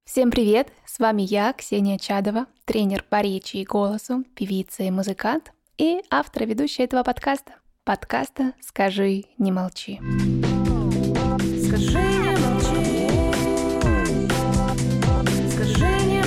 Всем привет! С вами я, Ксения Чадова, тренер по речи и голосу, певица и музыкант, и автор и ведущая этого подкаста «Скажи, не молчи». Скажи, не молчи. Скажи, не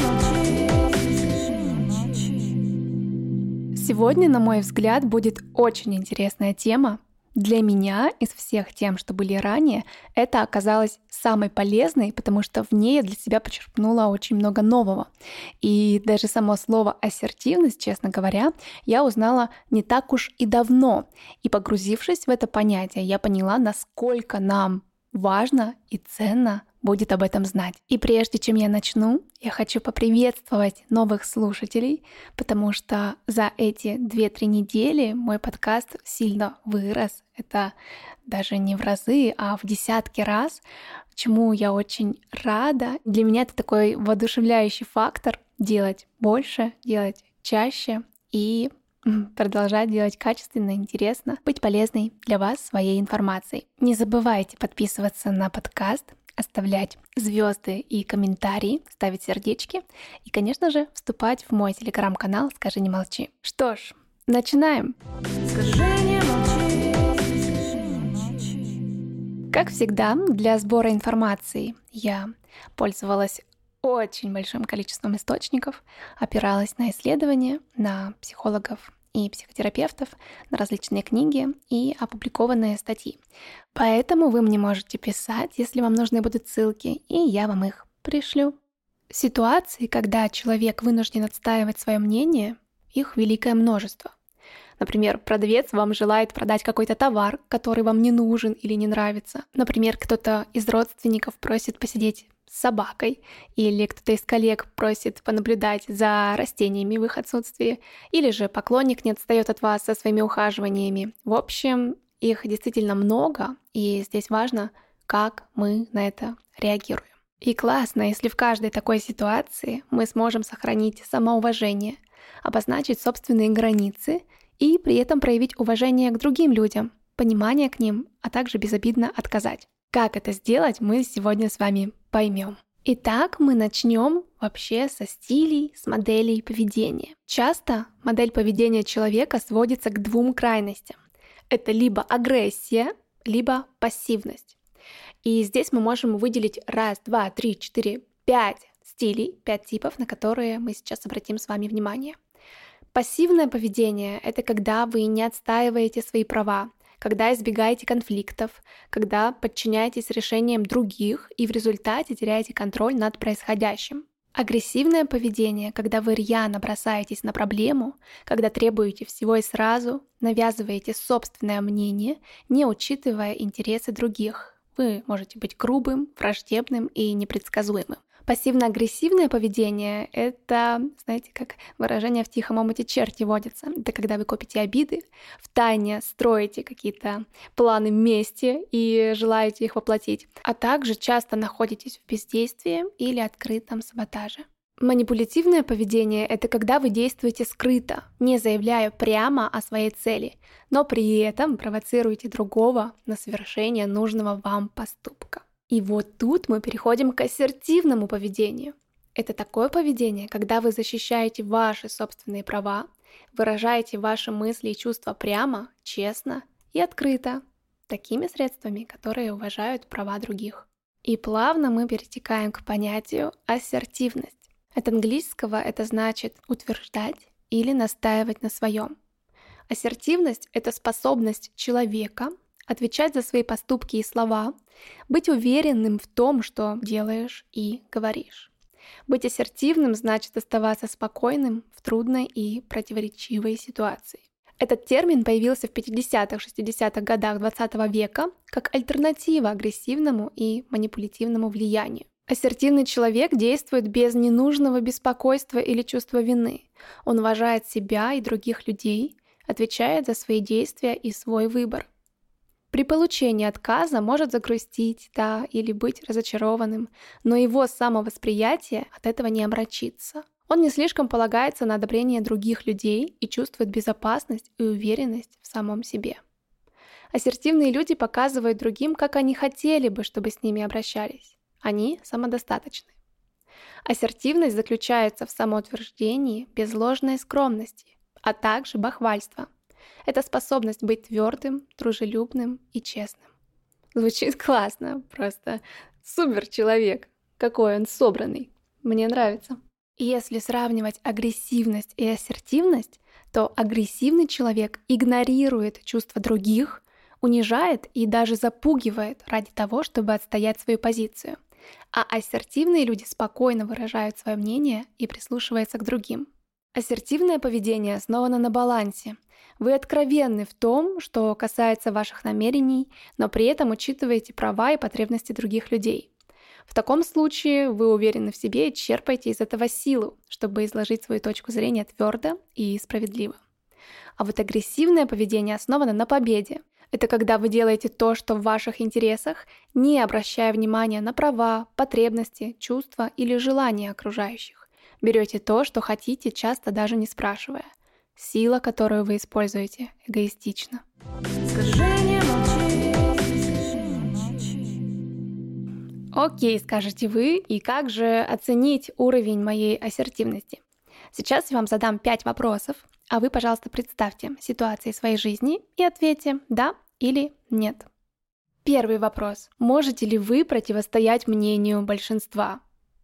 молчи. Сегодня, на мой взгляд, будет очень интересная тема. Для меня из всех тем, что были ранее, это оказалось самой полезной, потому что в ней я для себя почерпнула очень много нового. И даже само слово «ассертивность», честно говоря, я узнала не так уж и давно. И погрузившись в это понятие, я поняла, насколько нам важно и ценно будет об этом знать. И прежде чем я начну, я хочу поприветствовать новых слушателей, потому что за эти 2-3 недели мой подкаст сильно вырос. Это даже не в разы, а в десятки раз, чему я очень рада. Для меня это такой воодушевляющий фактор делать больше, делать чаще и продолжать делать качественно, интересно, быть полезной для вас своей информацией. Не забывайте подписываться на подкаст, оставлять звезды и комментарии, ставить сердечки и, конечно же, вступать в мой телеграм-канал «Скажи, не молчи». Что ж, начинаем! Скажи, не молчи. Как всегда, для сбора информации я пользовалась очень большим количеством источников, опиралась на исследования, на психологов и психотерапевтов, на различные книги и опубликованные статьи. Поэтому вы мне можете писать, если вам нужны будут ссылки, и я вам их пришлю. Ситуации, когда человек вынужден отстаивать свое мнение, их великое множество. Например, продавец вам желает продать какой-то товар, который вам не нужен или не нравится. Например, кто-то из родственников просит посидеть с собакой, или кто-то из коллег просит понаблюдать за растениями в их отсутствии, или же поклонник не отстает от вас со своими ухаживаниями. В общем, их действительно много, и здесь важно, как мы на это реагируем. И классно, если в каждой такой ситуации мы сможем сохранить самоуважение, обозначить собственные границы и при этом проявить уважение к другим людям, понимание к ним, а также безобидно отказать. Как это сделать, мы сегодня с вами поймем. Итак, мы начнем вообще со стилей, с моделей поведения. Часто модель поведения человека сводится к двум крайностям. Это либо агрессия, либо пассивность. И здесь мы можем выделить 1, 2, 3, 4, 5 стилей, 5 типов, на которые мы сейчас обратим с вами внимание. Пассивное поведение – это когда вы не отстаиваете свои права, когда избегаете конфликтов, когда подчиняетесь решениям других и в результате теряете контроль над происходящим. Агрессивное поведение, когда вы рьяно бросаетесь на проблему, когда требуете всего и сразу, навязываете собственное мнение, не учитывая интересы других. Вы можете быть грубым, враждебным и непредсказуемым. Пассивно-агрессивное поведение – это, знаете, как выражение «в тихом омуте черти водятся». Это когда вы копите обиды, втайне строите какие-то планы мести и желаете их воплотить, а также часто находитесь в бездействии или открытом саботаже. Манипулятивное поведение – это когда вы действуете скрыто, не заявляя прямо о своей цели, но при этом провоцируете другого на совершение нужного вам поступка. И вот тут мы переходим к ассертивному поведению. Это такое поведение, когда вы защищаете ваши собственные права, выражаете ваши мысли и чувства прямо, честно и открыто, такими средствами, которые уважают права других. И плавно мы перетекаем к понятию ассертивность. От английского это значит утверждать или настаивать на своем. Ассертивность – это способность человека отвечать за свои поступки и слова, быть уверенным в том, что делаешь и говоришь. Быть ассертивным значит оставаться спокойным в трудной и противоречивой ситуации. Этот термин появился в 50-х, 60-х годах 20 века как альтернатива агрессивному и манипулятивному влиянию. Ассертивный человек действует без ненужного беспокойства или чувства вины. Он уважает себя и других людей, отвечает за свои действия и свой выбор. При получении отказа может загрустить, или быть разочарованным, но его самовосприятие от этого не омрачится. Он не слишком полагается на одобрение других людей и чувствует безопасность и уверенность в самом себе. Ассертивные люди показывают другим, как они хотели бы, чтобы с ними обращались. Они самодостаточны. Ассертивность заключается в самоутверждении без ложной скромности, а также бахвальства. Это способность быть твердым, дружелюбным и честным. Звучит классно, просто супер человек. Какой он собранный. Мне нравится. Если сравнивать агрессивность и ассертивность, то агрессивный человек игнорирует чувства других, унижает и даже запугивает ради того, чтобы отстоять свою позицию. А ассертивные люди спокойно выражают свое мнение и прислушиваются к другим. Ассертивное поведение основано на балансе. Вы откровенны в том, что касается ваших намерений, но при этом учитываете права и потребности других людей. В таком случае вы уверены в себе и черпаете из этого силу, чтобы изложить свою точку зрения твердо и справедливо. А вот агрессивное поведение основано на победе. Это когда вы делаете то, что в ваших интересах, не обращая внимания на права, потребности, чувства или желания окружающих. Берете то, что хотите, часто даже не спрашивая. Сила, которую вы используете, эгоистична. Окей, скажете вы, и как же оценить уровень моей ассертивности? Сейчас я вам задам 5 вопросов, а вы, пожалуйста, представьте ситуации своей жизни и ответьте «да» или «нет». Первый вопрос. Можете ли вы противостоять мнению большинства?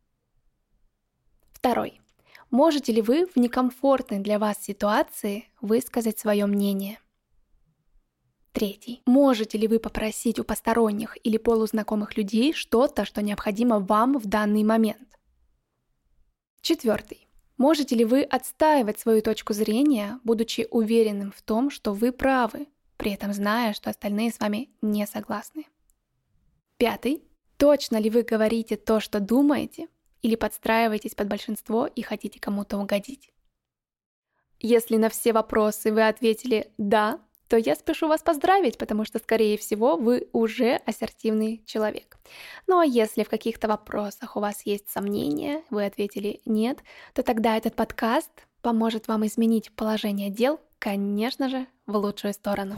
Второй. Можете ли вы в некомфортной для вас ситуации высказать свое мнение? Третий. Можете ли вы попросить у посторонних или полузнакомых людей что-то, что необходимо вам в данный момент? Четвертый. Можете ли вы отстаивать свою точку зрения, будучи уверенным в том, что вы правы, при этом зная, что остальные с вами не согласны? Пятый. Точно ли вы говорите то, что думаете, или подстраиваетесь под большинство и хотите кому-то угодить? Если на все вопросы вы ответили «да», то я спешу вас поздравить, потому что, скорее всего, вы уже ассертивный человек. Ну а если в каких-то вопросах у вас есть сомнения, вы ответили «нет», то тогда этот подкаст поможет вам изменить положение дел, конечно же, в лучшую сторону.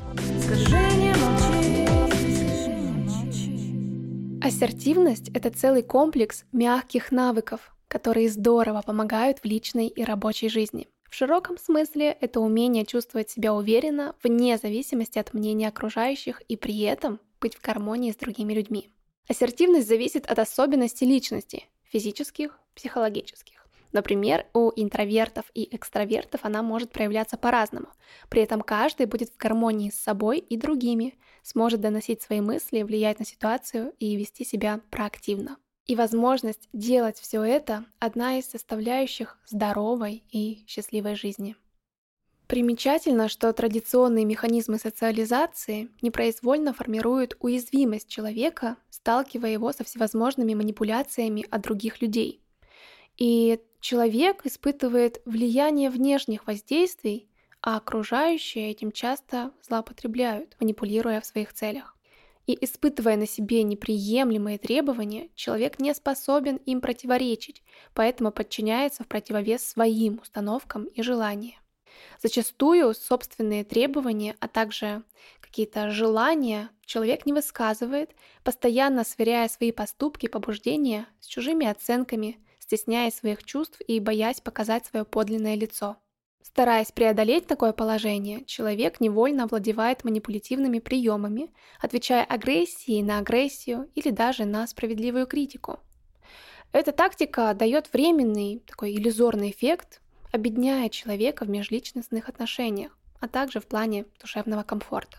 Ассертивность — это целый комплекс мягких навыков, которые здорово помогают в личной и рабочей жизни. В широком смысле это умение чувствовать себя уверенно вне зависимости от мнения окружающих и при этом быть в гармонии с другими людьми. Ассертивность зависит от особенностей личности – физических, психологических. Например, у интровертов и экстравертов она может проявляться по-разному. При этом каждый будет в гармонии с собой и другими, сможет доносить свои мысли, влиять на ситуацию и вести себя проактивно. И возможность делать все это – одна из составляющих здоровой и счастливой жизни. Примечательно, что традиционные механизмы социализации непроизвольно формируют уязвимость человека, сталкивая его со всевозможными манипуляциями от других людей. И человек испытывает влияние внешних воздействий, а окружающие этим часто злоупотребляют, манипулируя в своих целях. И испытывая на себе неприемлемые требования, человек не способен им противоречить, поэтому подчиняется в противовес своим установкам и желаниям. Зачастую собственные требования, а также какие-то желания человек не высказывает, постоянно сверяя свои поступки и побуждения с чужими оценками, стесняясь своих чувств и боясь показать свое подлинное лицо. Стараясь преодолеть такое положение, человек невольно овладевает манипулятивными приемами, отвечая агрессией на агрессию или даже на справедливую критику. Эта тактика дает временный, такой иллюзорный эффект, обедняя человека в межличностных отношениях, а также в плане душевного комфорта.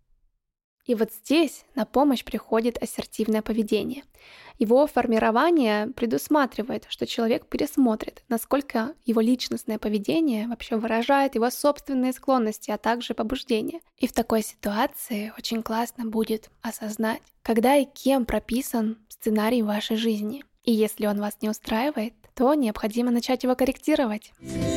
И вот здесь на помощь приходит ассертивное поведение. Его формирование предусматривает, что человек пересмотрит, насколько его личностное поведение вообще выражает его собственные склонности, а также побуждения. И в такой ситуации очень классно будет осознать, когда и кем прописан сценарий вашей жизни. И если он вас не устраивает, то необходимо начать его корректировать.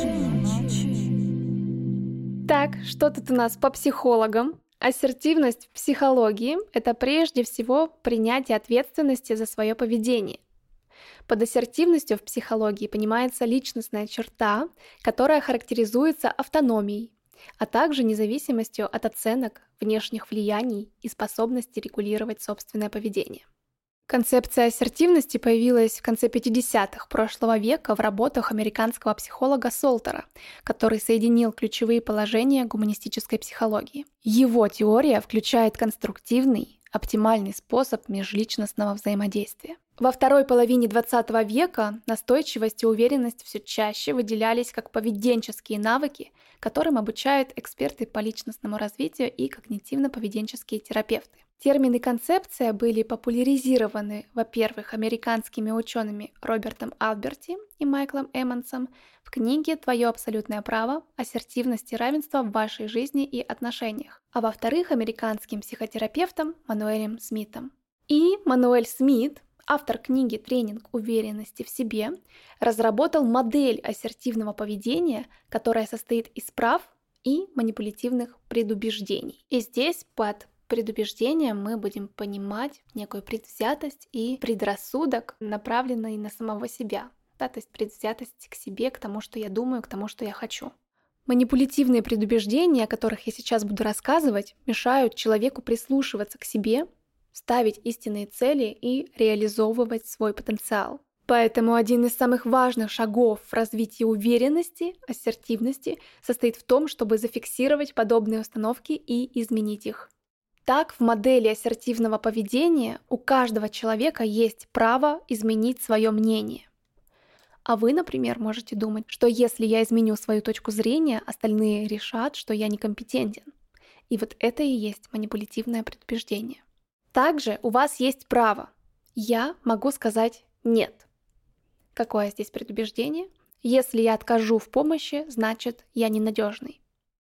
Так, что тут у нас по психологам? Ассертивность в психологии – это прежде всего принятие ответственности за свое поведение. Под ассертивностью в психологии понимается личностная черта, которая характеризуется автономией, а также независимостью от оценок, внешних влияний и способности регулировать собственное поведение. Концепция ассертивности появилась в конце 50-х прошлого века в работах американского психолога Солтера, который соединил ключевые положения гуманистической психологии. Его теория включает конструктивный, оптимальный способ межличностного взаимодействия. Во второй половине 20 века настойчивость и уверенность все чаще выделялись как поведенческие навыки, которым обучают эксперты по личностному развитию и когнитивно-поведенческие терапевты. Термин и концепция были популяризированы, во-первых, американскими учеными Робертом Алберти и Майклом Эммонсом в книге «Твое абсолютное право. Ассертивность и равенство в вашей жизни и отношениях», а во-вторых, американским психотерапевтом Мануэлем Смитом. И Мануэль Смит, автор книги «Тренинг уверенности в себе», разработал модель ассертивного поведения, которая состоит из прав и манипулятивных предубеждений. И здесь под предубеждением мы будем понимать некую предвзятость и предрассудок, направленный на самого себя. Да, то есть предвзятость к себе, к тому, что я думаю, к тому, что я хочу. Манипулятивные предубеждения, о которых я сейчас буду рассказывать, мешают человеку прислушиваться к себе, ставить истинные цели и реализовывать свой потенциал. Поэтому один из самых важных шагов в развитии уверенности, ассертивности состоит в том, чтобы зафиксировать подобные установки и изменить их. Так, в модели ассертивного поведения у каждого человека есть право изменить свое мнение. А вы, например, можете думать, что если я изменю свою точку зрения, остальные решат, что я некомпетентен. И вот это и есть манипулятивное предубеждение. Также у вас есть право. Я могу сказать «нет». Какое здесь предубеждение? Если я откажу в помощи, значит, я ненадежный.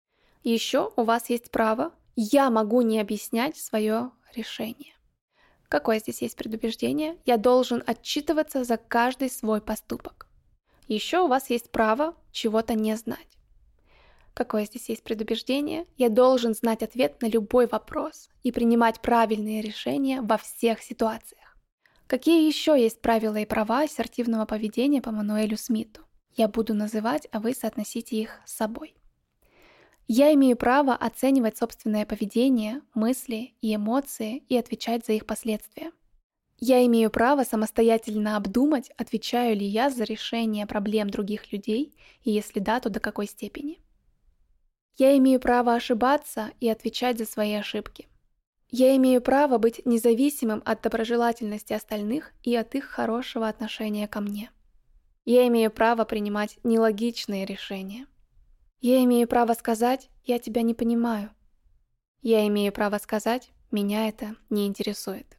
Еще у вас есть право. Я могу не объяснять свое решение. Какое здесь есть предубеждение? Я должен отчитываться за каждый свой поступок. Еще у вас есть право чего-то не знать. Какое здесь есть предубеждение? Я должен знать ответ на любой вопрос и принимать правильные решения во всех ситуациях. Какие еще есть правила и права ассертивного поведения по Мануэлю Смиту? Я буду называть, а вы соотносите их с собой. Я имею право оценивать собственное поведение, мысли и эмоции и отвечать за их последствия. Я имею право самостоятельно обдумать, отвечаю ли я за решение проблем других людей, и если да, то до какой степени. Я имею право ошибаться и отвечать за свои ошибки. Я имею право быть независимым от доброжелательности остальных и от их хорошего отношения ко мне. Я имею право принимать нелогичные решения. Я имею право сказать «я тебя не понимаю». Я имею право сказать «меня это не интересует».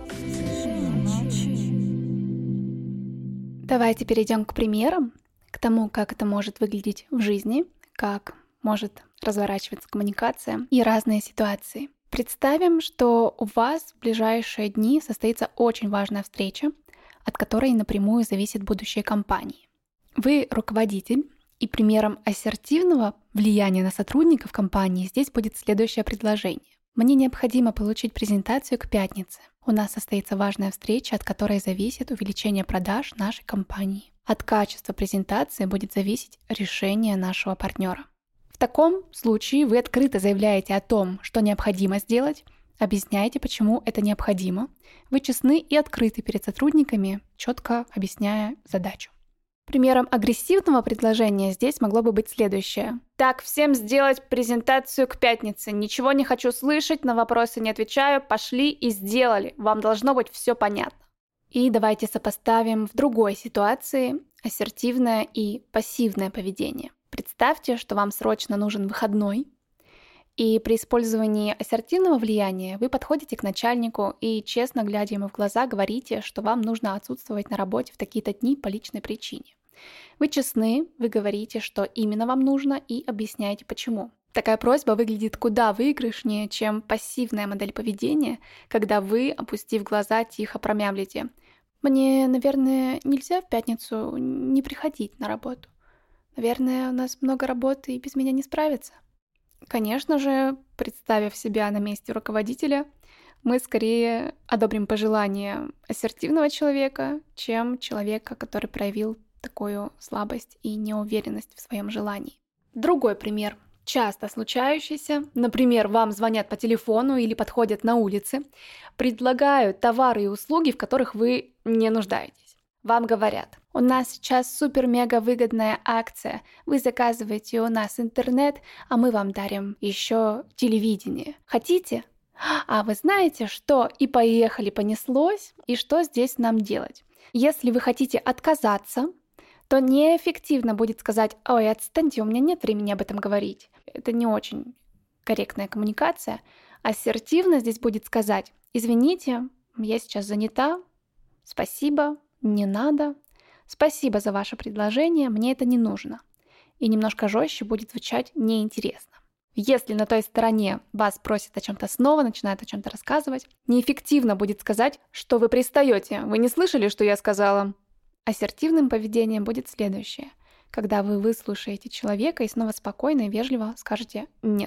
Давайте перейдем к примерам, к тому, как это может выглядеть в жизни, как может разворачиваться коммуникация и разные ситуации. Представим, что у вас в ближайшие дни состоится очень важная встреча, от которой напрямую зависит будущее компании. Вы руководитель, и примером ассертивного влияния на сотрудников компании здесь будет следующее предложение. Мне необходимо получить презентацию к пятнице. У нас состоится важная встреча, от которой зависит увеличение продаж нашей компании. От качества презентации будет зависеть решение нашего партнера. В таком случае вы открыто заявляете о том, что необходимо сделать, объясняете, почему это необходимо. Вы честны и открыты перед сотрудниками, четко объясняя задачу. Примером агрессивного предложения здесь могло бы быть следующее. Так, всем сделать презентацию к пятнице. Ничего не хочу слышать, на вопросы не отвечаю. Пошли и сделали. Вам должно быть все понятно. И давайте сопоставим в другой ситуации ассертивное и пассивное поведение. Представьте, что вам срочно нужен выходной. И при использовании ассертивного влияния вы подходите к начальнику и, честно глядя ему в глаза, говорите, что вам нужно отсутствовать на работе в такие-то дни по личной причине. Вы честны, вы говорите, что именно вам нужно, и объясняете, почему. Такая просьба выглядит куда выигрышнее, чем пассивная модель поведения, когда вы, опустив глаза, тихо промямлите. «Мне, наверное, нельзя в пятницу не приходить на работу. Наверное, у нас много работы и без меня не справиться». Конечно же, представив себя на месте руководителя, мы скорее одобрим пожелание ассертивного человека, чем человека, который проявил такую слабость и неуверенность в своем желании. Другой пример. часто случающийся. Например, вам звонят по телефону или подходят на улице, предлагают товары и услуги, в которых вы не нуждаетесь. Вам говорят: у нас сейчас супер-мега выгодная акция, вы заказываете у нас интернет, а мы вам дарим еще телевидение. Хотите? А вы знаете, что? И поехали, понеслось, и что здесь нам делать? Если вы хотите отказаться, то неэффективно будет сказать: ой, отстаньте, у меня нет времени об этом говорить. Это не очень корректная коммуникация. Ассертивно здесь будет сказать: извините, я сейчас занята, спасибо, не надо, спасибо за ваше предложение, мне это не нужно. И немножко жестче будет звучать неинтересно. Если на той стороне вас просят о чем-то снова, начинают о чем-то рассказывать, неэффективно будет сказать, что вы пристаете. Вы не слышали, что я сказала? Ассертивным поведением будет следующее. Когда вы выслушаете человека и снова спокойно и вежливо скажете «нет».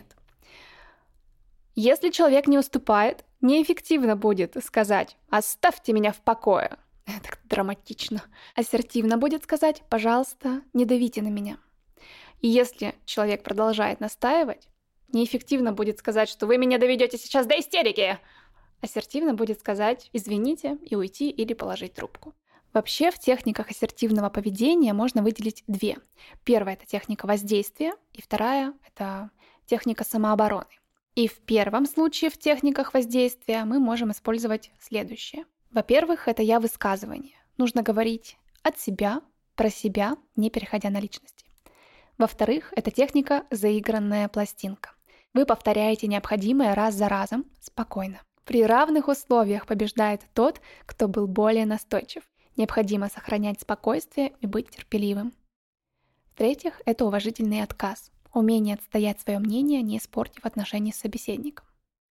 Если человек не уступает, неэффективно будет сказать «оставьте меня в покое». Так драматично. Ассертивно будет сказать «пожалуйста, не давите на меня». И если человек продолжает настаивать, неэффективно будет сказать, что вы меня доведете сейчас до истерики. Ассертивно будет сказать «извините» и уйти или положить трубку. Вообще в техниках ассертивного поведения можно выделить две. Первая — это техника воздействия, и вторая — это техника самообороны. И в первом случае в техниках воздействия мы можем использовать следующее. Во-первых, это я-высказывание. Нужно говорить от себя, про себя, не переходя на личности. Во-вторых, это техника заигранная пластинка. Вы повторяете необходимое раз за разом, спокойно. При равных условиях побеждает тот, кто был более настойчив. Необходимо сохранять спокойствие и быть терпеливым. В-третьих, это уважительный отказ. Умение отстоять свое мнение, не испортив отношения с собеседником.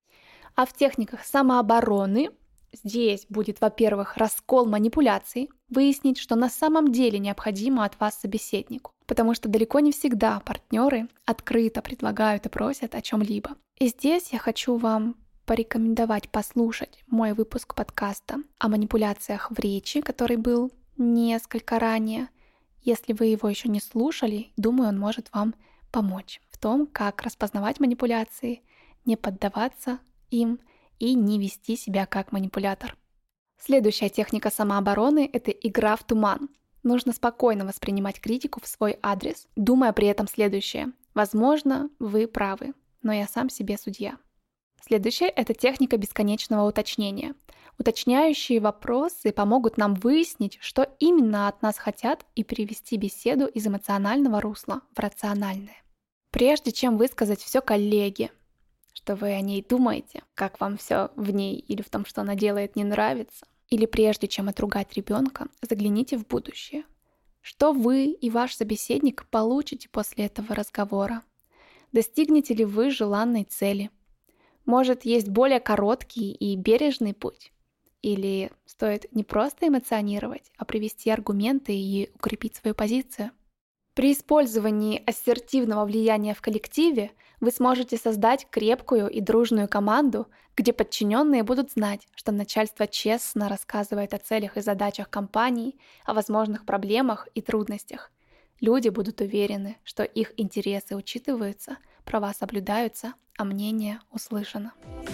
А в техниках самообороны здесь будет, во-первых, раскол манипуляций, выяснить, что на самом деле необходимо от вас собеседнику. Потому что далеко не всегда партнеры открыто предлагают и просят о чем-либо. И здесь я хочу вам порекомендовать послушать мой выпуск подкаста о манипуляциях в речи, который был несколько ранее. Если вы его еще не слушали, думаю, он может вам помочь в том, как распознавать манипуляции, не поддаваться им и не вести себя как манипулятор. Следующая техника самообороны — это игра в туман. Нужно спокойно воспринимать критику в свой адрес, думая при этом следующее: возможно, вы правы, но я сам себе судья. Следующее — это техника бесконечного уточнения. Уточняющие вопросы помогут нам выяснить, что именно от нас хотят, и перевести беседу из эмоционального русла в рациональное. Прежде чем высказать все коллеге, что вы о ней думаете, как вам все в ней или в том, что она делает, не нравится, или прежде чем отругать ребенка, загляните в будущее. Что вы и ваш собеседник получите после этого разговора? Достигнете ли вы желанной цели? Может, есть более короткий и бережный путь? Или стоит не просто эмоционировать, а привести аргументы и укрепить свою позицию? При использовании ассертивного влияния в коллективе вы сможете создать крепкую и дружную команду, где подчиненные будут знать, что начальство честно рассказывает о целях и задачах компании, о возможных проблемах и трудностях. Люди будут уверены, что их интересы учитываются, права соблюдаются, а мнение услышано.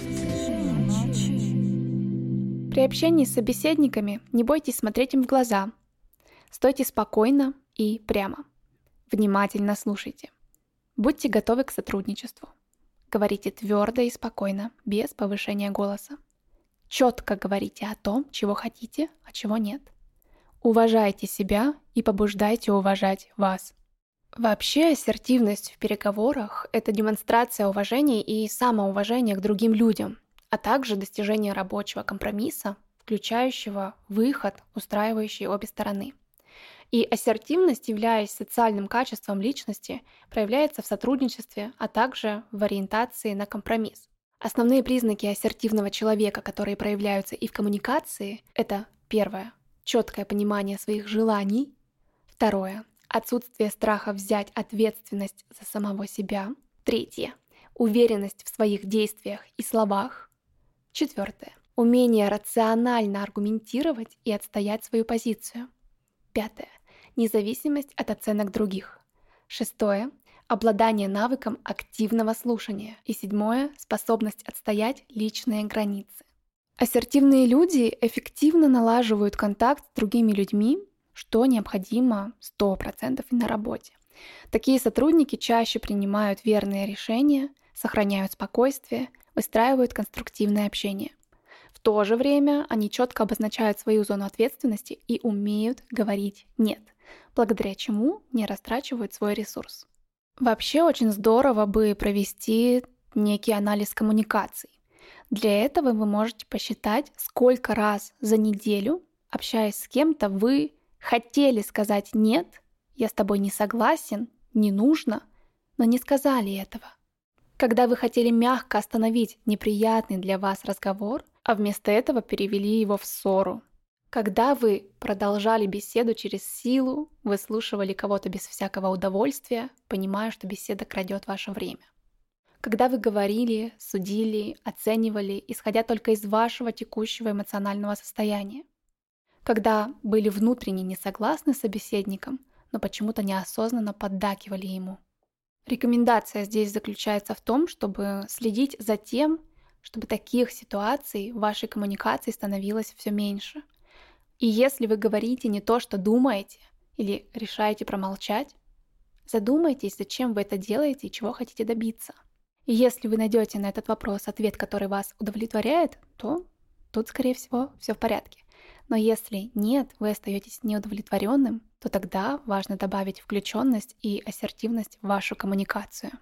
При общении с собеседниками не бойтесь смотреть им в глаза. Стойте спокойно и прямо. Внимательно слушайте. Будьте готовы к сотрудничеству. Говорите твердо и спокойно, без повышения голоса. Четко говорите о том, чего хотите, а чего нет. Уважайте себя и побуждайте уважать вас. Вообще, ассертивность в переговорах — это демонстрация уважения и самоуважения к другим людям, а также достижение рабочего компромисса, включающего выход, устраивающий обе стороны. И ассертивность, являясь социальным качеством личности, проявляется в сотрудничестве, а также в ориентации на компромисс. Основные признаки ассертивного человека, которые проявляются и в коммуникации, это: первое — четкое понимание своих желаний. Второе — отсутствие страха взять ответственность за самого себя. Третье — уверенность в своих действиях и словах. Четвертое — умение рационально аргументировать и отстоять свою позицию. Пятое — независимость от оценок других. Шестое — обладание навыком активного слушания. И 7. Способность отстоять личные границы. Ассертивные люди эффективно налаживают контакт с другими людьми, что необходимо 100% и на работе. Такие сотрудники чаще принимают верные решения, сохраняют спокойствие, выстраивают конструктивное общение. В то же время они четко обозначают свою зону ответственности и умеют говорить «нет», благодаря чему не растрачивают свой ресурс. Вообще очень здорово бы провести некий анализ коммуникаций. Для этого вы можете посчитать, сколько раз за неделю, общаясь с кем-то, вы хотели сказать «нет», «я с тобой не согласен», «не нужно», но не сказали этого. Когда вы хотели мягко остановить неприятный для вас разговор, а вместо этого перевели его в ссору. Когда вы продолжали беседу через силу, выслушивали кого-то без всякого удовольствия, понимая, что беседа крадет ваше время. Когда вы говорили, судили, оценивали, исходя только из вашего текущего эмоционального состояния. Когда были внутренне не согласны с собеседником, но почему-то неосознанно поддакивали ему. Рекомендация здесь заключается в том, чтобы следить за тем, чтобы таких ситуаций в вашей коммуникации становилось все меньше. И если вы говорите не то, что думаете, или решаете промолчать, задумайтесь, зачем вы это делаете и чего хотите добиться. И если вы найдете на этот вопрос ответ, который вас удовлетворяет, то тут, скорее всего, все в порядке. Но если нет, вы остаетесь неудовлетворенным, то тогда важно добавить включенность и ассертивность в вашу коммуникацию.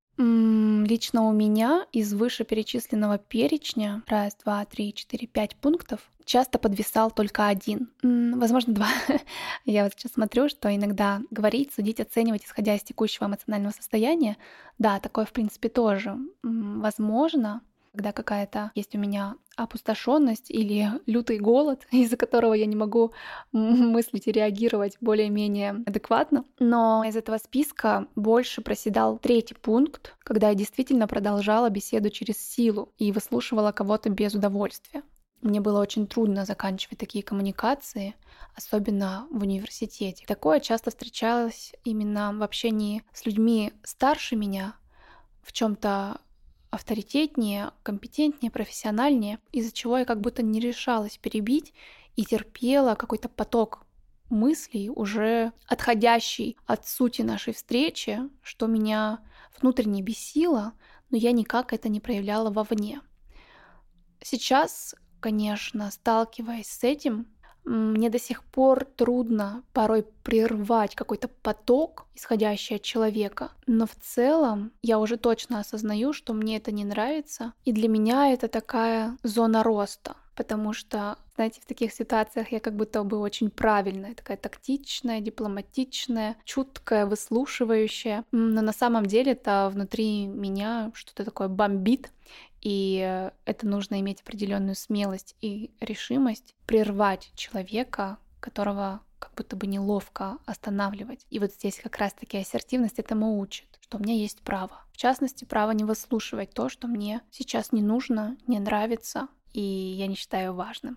Лично у меня из вышеперечисленного перечня 1, 2, 3, 4, 5 пунктов часто подвисал только один. Возможно, 2. Я вот сейчас смотрю, что иногда говорить, судить, оценивать, исходя из текущего эмоционального состояния, да, такое в принципе тоже возможно, когда какая-то есть у меня опустошенность или лютый голод, из-за которого я не могу мыслить и реагировать более-менее адекватно. Но из этого списка больше проседал 3 пункт, когда я действительно продолжала беседу через силу и выслушивала кого-то без удовольствия. Мне было очень трудно заканчивать такие коммуникации, особенно в университете. Такое часто встречалось именно в общении с людьми старше меня, в чем-то авторитетнее, компетентнее, профессиональнее, из-за чего я как будто не решалась перебить и терпела какой-то поток мыслей, уже отходящий от сути нашей встречи, что меня внутренне бесило, но я никак это не проявляла вовне. Сейчас, конечно, сталкиваясь с этим, мне до сих пор трудно порой прервать какой-то поток, исходящий от человека, но в целом я уже точно осознаю, что мне это не нравится, и для меня это такая зона роста, потому что, знаете, в таких ситуациях я как будто бы очень правильная, такая тактичная, дипломатичная, чуткая, выслушивающая, но на самом деле это внутри меня что-то такое бомбит, и это нужно иметь определенную смелость и решимость прервать человека, которого как будто бы неловко останавливать. И вот здесь как раз-таки ассертивность этому учит, что у меня есть право. В частности, право не выслушивать то, что мне сейчас не нужно, не нравится, и я не считаю важным.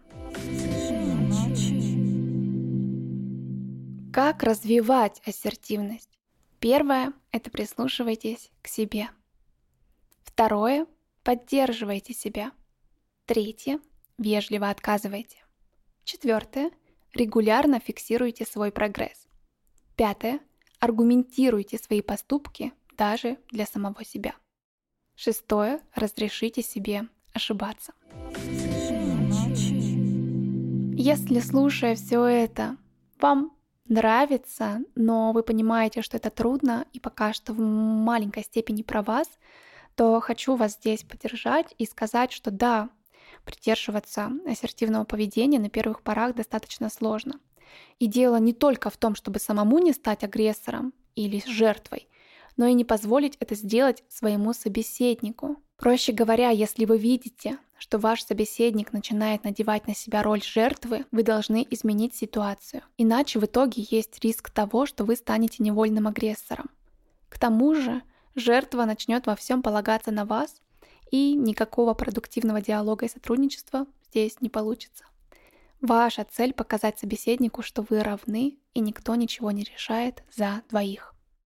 Как развивать ассертивность? 1. Это прислушивайтесь к себе. 2. Поддерживайте себя. 3. Вежливо отказывайте. 4. Регулярно фиксируйте свой прогресс. 5. Аргументируйте свои поступки даже для самого себя. 6. Разрешите себе ошибаться. Если, слушая все это, вам нравится, но вы понимаете, что это трудно и пока что в маленькой степени про вас, то хочу вас здесь поддержать и сказать, что да, придерживаться ассертивного поведения на первых порах достаточно сложно. И дело не только в том, чтобы самому не стать агрессором или жертвой, но и не позволить это сделать своему собеседнику. Проще говоря, если вы видите, что ваш собеседник начинает надевать на себя роль жертвы, вы должны изменить ситуацию. Иначе в итоге есть риск того, что вы станете невольным агрессором. К тому же, жертва начнет во всем полагаться на вас, и никакого продуктивного диалога и сотрудничества здесь не получится. Ваша цель — показать собеседнику, что вы равны, и никто ничего не решает за двоих.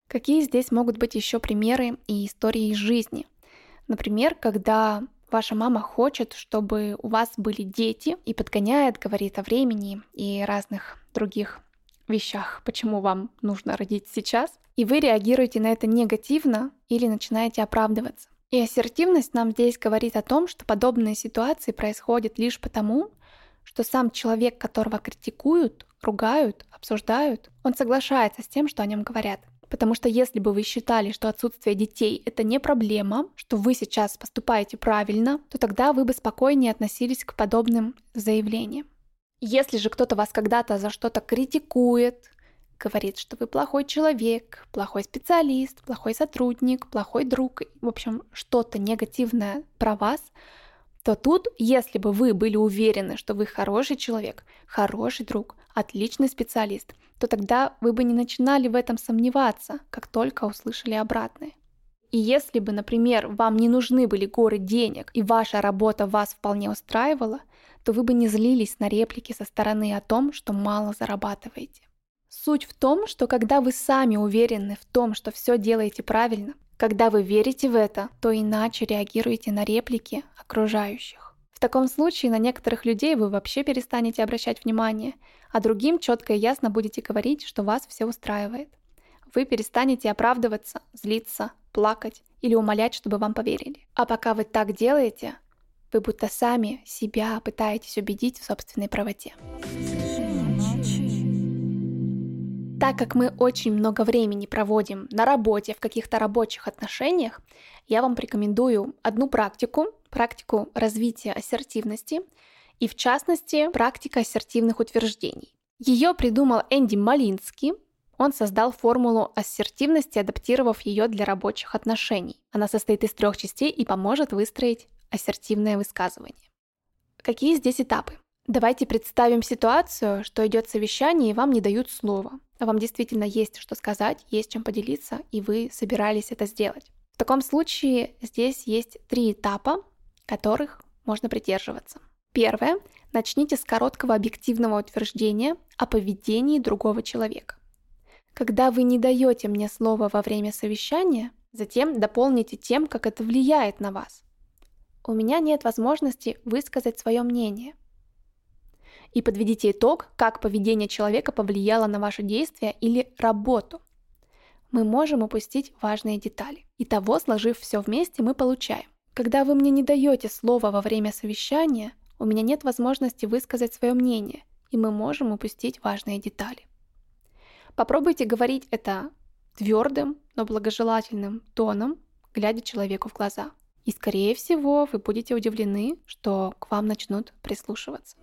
Какие здесь могут быть еще примеры и истории из жизни? Например, когда ваша мама хочет, чтобы у вас были дети и подгоняет, говорит о времени и разных других вещах, почему вам нужно родить сейчас, и вы реагируете на это негативно или начинаете оправдываться. И ассертивность нам здесь говорит о том, что подобные ситуации происходят лишь потому, что сам человек, которого критикуют, ругают, обсуждают, он соглашается с тем, что о нем говорят. Потому что если бы вы считали, что отсутствие детей — это не проблема, что вы сейчас поступаете правильно, то тогда вы бы спокойнее относились к подобным заявлениям. Если же кто-то вас когда-то за что-то критикует, говорит, что вы плохой человек, плохой специалист, плохой сотрудник, плохой друг, в общем, что-то негативное про вас, то тут, если бы вы были уверены, что вы хороший человек, хороший друг, отличный специалист, то тогда вы бы не начинали в этом сомневаться, как только услышали обратное. И если бы, например, вам не нужны были горы денег, и ваша работа вас вполне устраивала, то вы бы не злились на реплики со стороны о том, что мало зарабатываете. Суть в том, что когда вы сами уверены в том, что все делаете правильно, когда вы верите в это, то иначе реагируете на реплики окружающих. В таком случае на некоторых людей вы вообще перестанете обращать внимание, а другим четко и ясно будете говорить, что вас все устраивает. Вы перестанете оправдываться, злиться, плакать или умолять, чтобы вам поверили. А пока вы так делаете, вы будто сами себя пытаетесь убедить в собственной правоте. Так как мы очень много времени проводим на работе, в каких-то рабочих отношениях, я вам порекомендую одну практику развития ассертивности и, в частности, практика ассертивных утверждений. Ее придумал Энди Малинский. Он создал формулу ассертивности, адаптировав ее для рабочих отношений. Она состоит из 3 частей и поможет выстроить ассертивное высказывание. Какие здесь этапы? Давайте представим ситуацию, что идет совещание и вам не дают слова. А вам действительно есть что сказать, есть чем поделиться, и вы собирались это сделать. В таком случае здесь есть 3 этапа, которых можно придерживаться. Первое. Начните с короткого объективного утверждения о поведении другого человека. Когда вы не даете мне слова во время совещания, затем дополните тем, как это влияет на вас. У меня нет возможности высказать свое мнение. И подведите итог, как поведение человека повлияло на ваши действия или работу. Мы можем упустить важные детали. Итого, сложив все вместе, мы получаем. Когда вы мне не даете слова во время совещания, у меня нет возможности высказать свое мнение, и мы можем упустить важные детали. Попробуйте говорить это твердым, но благожелательным тоном, глядя человеку в глаза. И, скорее всего, вы будете удивлены, что к вам начнут прислушиваться.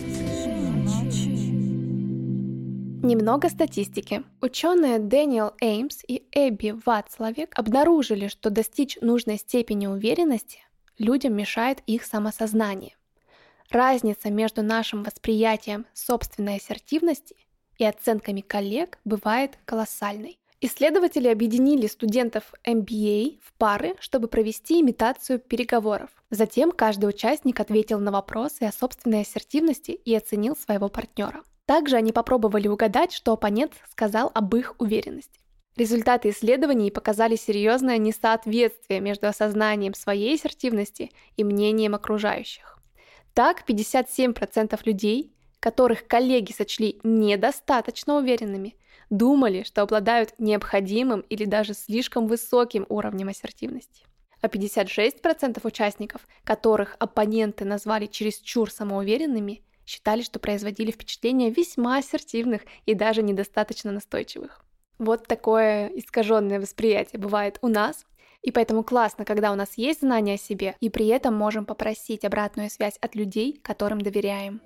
Немного статистики. Ученые Дэниел Эймс и Эбби Вацлавек обнаружили, что достичь нужной степени уверенности людям мешает их самосознание. Разница между нашим восприятием собственной ассертивности и оценками коллег бывает колоссальной. Исследователи объединили студентов MBA в пары, чтобы провести имитацию переговоров. Затем каждый участник ответил на вопросы о собственной ассертивности и оценил своего партнера. Также они попробовали угадать, что оппонент сказал об их уверенности. Результаты исследований показали серьезное несоответствие между осознанием своей ассертивности и мнением окружающих. Так, 57% людей, которых коллеги сочли недостаточно уверенными, думали, что обладают необходимым или даже слишком высоким уровнем ассертивности. А 56% участников, которых оппоненты назвали чересчур самоуверенными, считали, что производили впечатление весьма ассертивных и даже недостаточно настойчивых. Вот такое искаженное восприятие бывает у нас, и поэтому классно, когда у нас есть знания о себе, и при этом можем попросить обратную связь от людей, которым доверяем.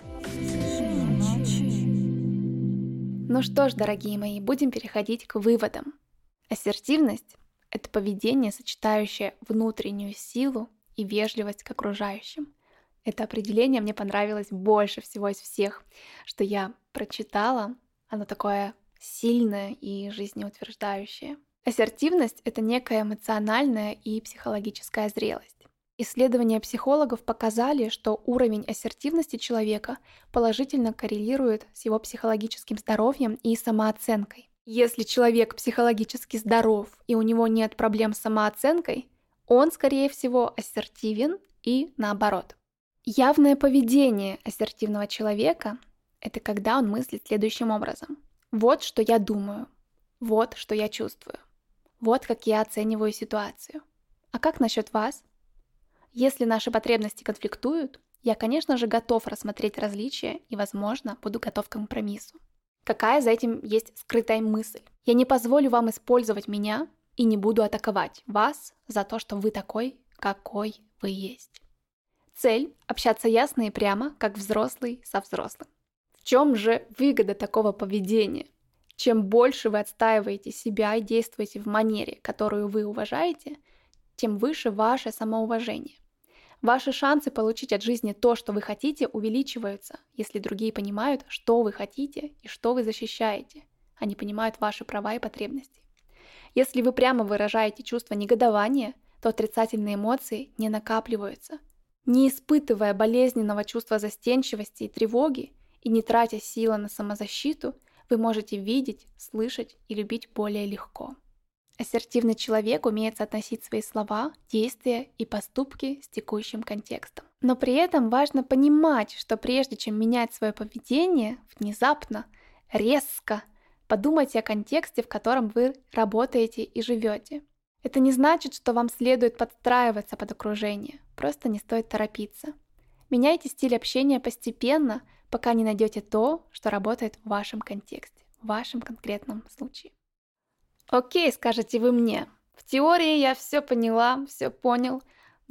Ну что ж, дорогие мои, будем переходить к выводам. Ассертивность — это поведение, сочетающее внутреннюю силу и вежливость к окружающим. Это определение мне понравилось больше всего из всех, что я прочитала. Оно такое сильное и жизнеутверждающее. Ассертивность — это некая эмоциональная и психологическая зрелость. Исследования психологов показали, что уровень ассертивности человека положительно коррелирует с его психологическим здоровьем и самооценкой. Если человек психологически здоров и у него нет проблем с самооценкой, он, скорее всего, ассертивен и наоборот. Явное поведение ассертивного человека – это когда он мыслит следующим образом. Вот что я думаю, вот что я чувствую, вот как я оцениваю ситуацию. А как насчет вас? Если наши потребности конфликтуют, я, конечно же, готов рассмотреть различия и, возможно, буду готов к компромиссу. Какая за этим есть скрытая мысль? Я не позволю вам использовать меня и не буду атаковать вас за то, что вы такой, какой вы есть. Цель – общаться ясно и прямо, как взрослый со взрослым. В чем же выгода такого поведения? Чем больше вы отстаиваете себя и действуете в манере, которую вы уважаете, тем выше ваше самоуважение. Ваши шансы получить от жизни то, что вы хотите, увеличиваются, если другие понимают, что вы хотите и что вы защищаете. Они понимают ваши права и потребности. Если вы прямо выражаете чувство негодования, то отрицательные эмоции не накапливаются. Не испытывая болезненного чувства застенчивости и тревоги и не тратя силы на самозащиту, вы можете видеть, слышать и любить более легко. Ассертивный человек умеет соотносить свои слова, действия и поступки с текущим контекстом. Но при этом важно понимать, что прежде чем менять свое поведение внезапно, резко, подумайте о контексте, в котором вы работаете и живете. Это не значит, что вам следует подстраиваться под окружение, просто не стоит торопиться. Меняйте стиль общения постепенно, пока не найдете то, что работает в вашем контексте, в вашем конкретном случае. Окей, скажете вы мне, в теории я все поняла, все понял,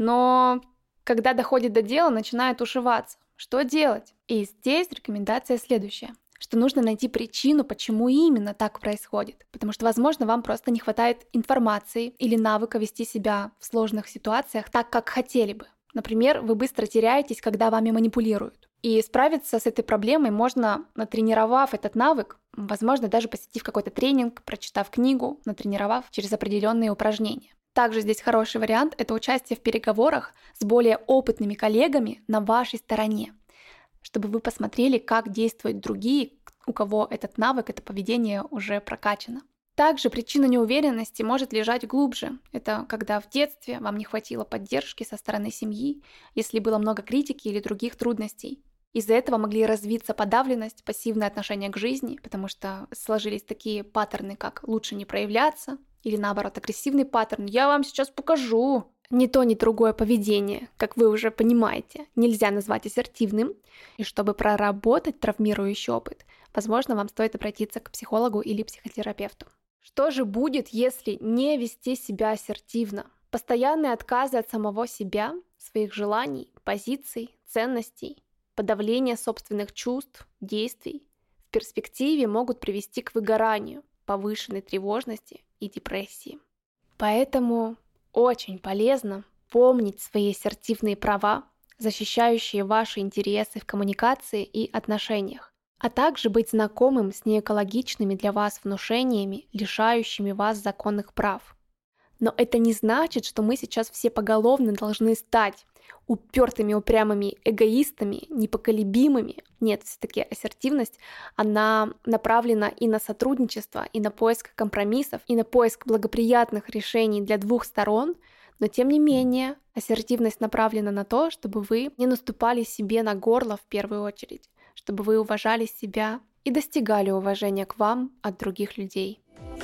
но когда доходит до дела, начинает ушиваться. Что делать? И здесь рекомендация следующая, что нужно найти причину, почему именно так происходит. Потому что, возможно, вам просто не хватает информации или навыка вести себя в сложных ситуациях так, как хотели бы. Например, вы быстро теряетесь, когда вами манипулируют. И справиться с этой проблемой можно, натренировав этот навык, возможно, даже посетив какой-то тренинг, прочитав книгу, натренировав через определенные упражнения. Также здесь хороший вариант – это участие в переговорах с более опытными коллегами на вашей стороне, чтобы вы посмотрели, как действуют другие, у кого этот навык, это поведение уже прокачано. Также причина неуверенности может лежать глубже. Это когда в детстве вам не хватило поддержки со стороны семьи, если было много критики или других трудностей. Из-за этого могли развиться подавленность, пассивное отношение к жизни, потому что сложились такие паттерны, как «лучше не проявляться», или наоборот агрессивный паттерн «я вам сейчас покажу». Ни то, ни другое поведение, как вы уже понимаете, нельзя назвать ассертивным. И чтобы проработать травмирующий опыт, возможно, вам стоит обратиться к психологу или психотерапевту. Что же будет, если не вести себя ассертивно? Постоянные отказы от самого себя, своих желаний, позиций, ценностей, подавление собственных чувств, действий в перспективе могут привести к выгоранию, повышенной тревожности и депрессии. Поэтому очень полезно помнить свои ассертивные права, защищающие ваши интересы в коммуникации и отношениях, а также быть знакомым с неэкологичными для вас внушениями, лишающими вас законных прав. Но это не значит, что мы сейчас все поголовно должны стать упертыми, упрямыми эгоистами, непоколебимыми. Нет, все-таки ассертивность, она направлена и на сотрудничество, и на поиск компромиссов, и на поиск благоприятных решений для двух сторон, но тем не менее ассертивность направлена на то, чтобы вы не наступали себе на горло в первую очередь, чтобы вы уважали себя и достигали уважения к вам от других людей.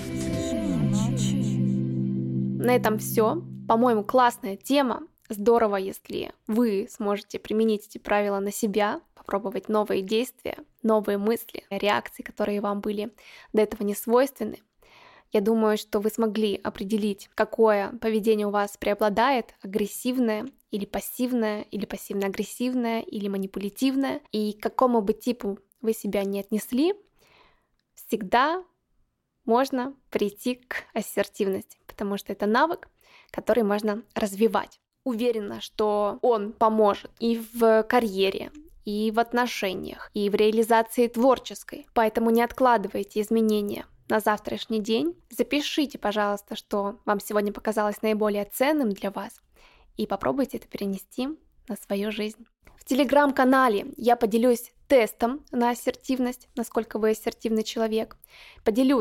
На этом все. По-моему, классная тема. Здорово, если вы сможете применить эти правила на себя, попробовать новые действия, новые мысли, реакции, которые вам были до этого не свойственны. Я думаю, что вы смогли определить, какое поведение у вас преобладает, агрессивное или пассивно-агрессивное, или манипулятивное, и к какому бы типу вы себя не отнесли, всегда можно прийти к ассертивности, потому что это навык, который можно развивать. Уверена, что он поможет и в карьере, и в отношениях, и в реализации творческой. Поэтому не откладывайте изменения на завтрашний день. Запишите, пожалуйста, что вам сегодня показалось наиболее ценным для вас, и попробуйте это перенести на свою жизнь. В телеграм-канале я поделюсь тестом на ассертивность, насколько вы ассертивный человек. Поделюсь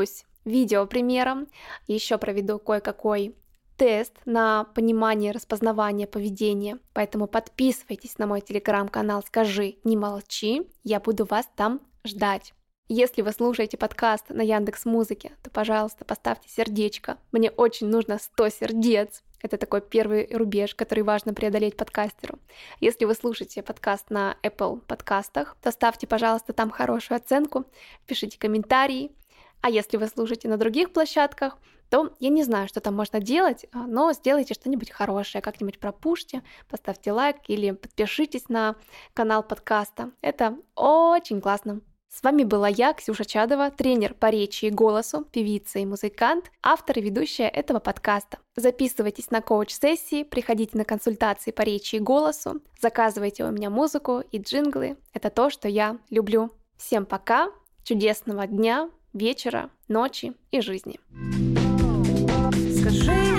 видеопримером, еще проведу кое-какой тест на понимание, распознавание поведения. Поэтому подписывайтесь на мой телеграм-канал «Скажи, не молчи», я буду вас там ждать. Если вы слушаете подкаст на Яндекс.Музыке, то, пожалуйста, поставьте сердечко. Мне очень нужно 100 сердец. Это такой первый рубеж, который важно преодолеть подкастеру. Если вы слушаете подкаст на Apple подкастах, то ставьте, пожалуйста, там хорошую оценку, пишите комментарии. А если вы слушаете на других площадках, то я не знаю, что там можно делать, но сделайте что-нибудь хорошее, как-нибудь пропушьте, поставьте лайк или подпишитесь на канал подкаста. Это очень классно. С вами была я, Ксюша Чадова, тренер по речи и голосу, певица и музыкант, автор и ведущая этого подкаста. Записывайтесь на коуч-сессии, приходите на консультации по речи и голосу, заказывайте у меня музыку и джинглы. Это то, что я люблю. Всем пока, чудесного дня, вечера, ночи и жизни. Скажи